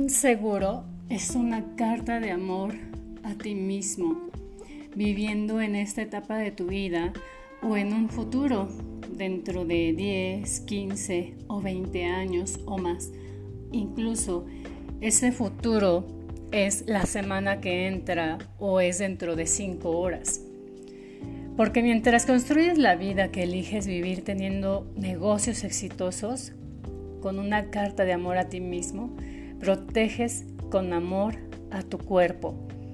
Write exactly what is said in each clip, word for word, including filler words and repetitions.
seguro es una carta de amor a ti mismo, viviendo en esta etapa de tu vida o en un futuro dentro de diez, quince o veinte años o más. Incluso ese futuro es la semana que entra o es dentro de cinco horas. Porque mientras construyes la vida que eliges vivir teniendo negocios exitosos, con una carta de amor a ti mismo, proteges con amor a tu cuerpo.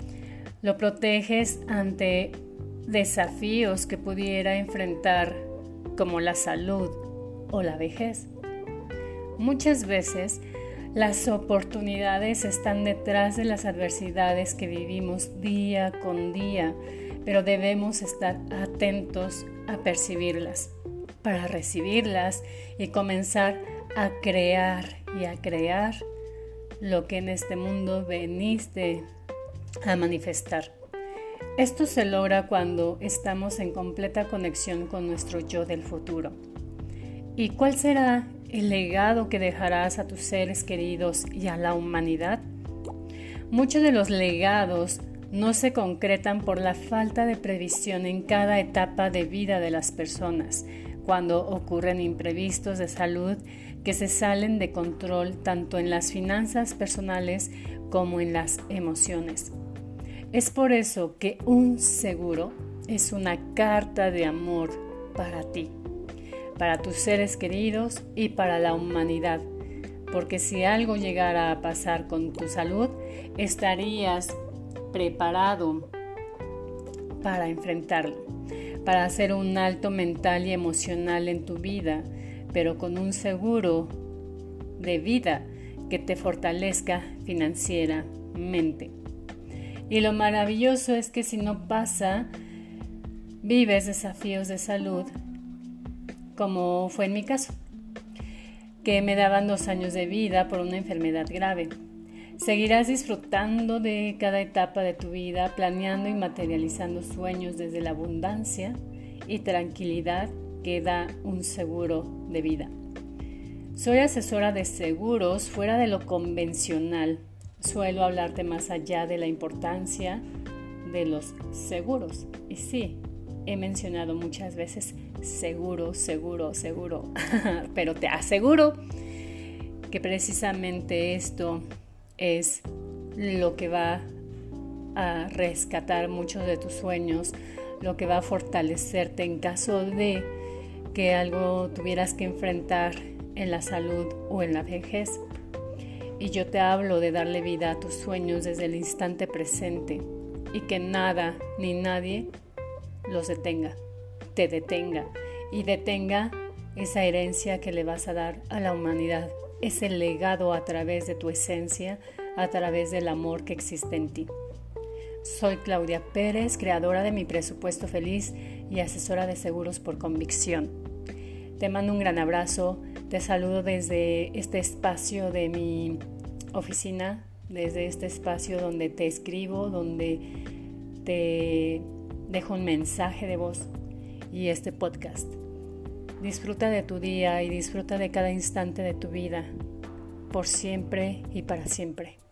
Lo proteges ante desafíos que pudiera enfrentar, como la salud o la vejez. Muchas veces las oportunidades están detrás de las adversidades que vivimos día con día, pero debemos estar atentos a percibirlas, para recibirlas y comenzar a crear y a crear lo que en este mundo veniste a manifestar. Esto se logra cuando estamos en completa conexión con nuestro yo del futuro. ¿Y cuál será el legado que dejarás a tus seres queridos y a la humanidad? Muchos de los legados no se concretan por la falta de previsión en cada etapa de vida de las personas, cuando ocurren imprevistos de salud que se salen de control tanto en las finanzas personales como en las emociones. Es por eso que un seguro es una carta de amor para ti, para tus seres queridos y para la humanidad, porque si algo llegara a pasar con tu salud, estarías preparado para enfrentarlo, para hacer un alto mental y emocional en tu vida, pero con un seguro de vida que te fortalezca financieramente. Y lo maravilloso es que si no pasa, vives desafíos de salud, como fue en mi caso, que me daban dos años de vida por una enfermedad grave. Seguirás disfrutando de cada etapa de tu vida, planeando y materializando sueños desde la abundancia y tranquilidad que da un seguro de vida. Soy asesora de seguros fuera de lo convencional. Suelo hablarte más allá de la importancia de los seguros. Y sí, he mencionado muchas veces seguro, seguro, seguro. Pero te aseguro que precisamente esto es lo que va a rescatar muchos de tus sueños, lo que va a fortalecerte en caso de que algo tuvieras que enfrentar en la salud o en la vejez. Y yo te hablo de darle vida a tus sueños desde el instante presente y que nada ni nadie los detenga, te detenga y detenga esa herencia que le vas a dar a la humanidad, ese legado a través de tu esencia, a través del amor que existe en ti. Soy Claudia Pérez, creadora de Mi Presupuesto Feliz y asesora de seguros por convicción. Te mando un gran abrazo, te saludo desde este espacio de mi oficina, desde este espacio donde te escribo, donde te dejo un mensaje de voz y este podcast. Disfruta de tu día y disfruta de cada instante de tu vida, por siempre y para siempre.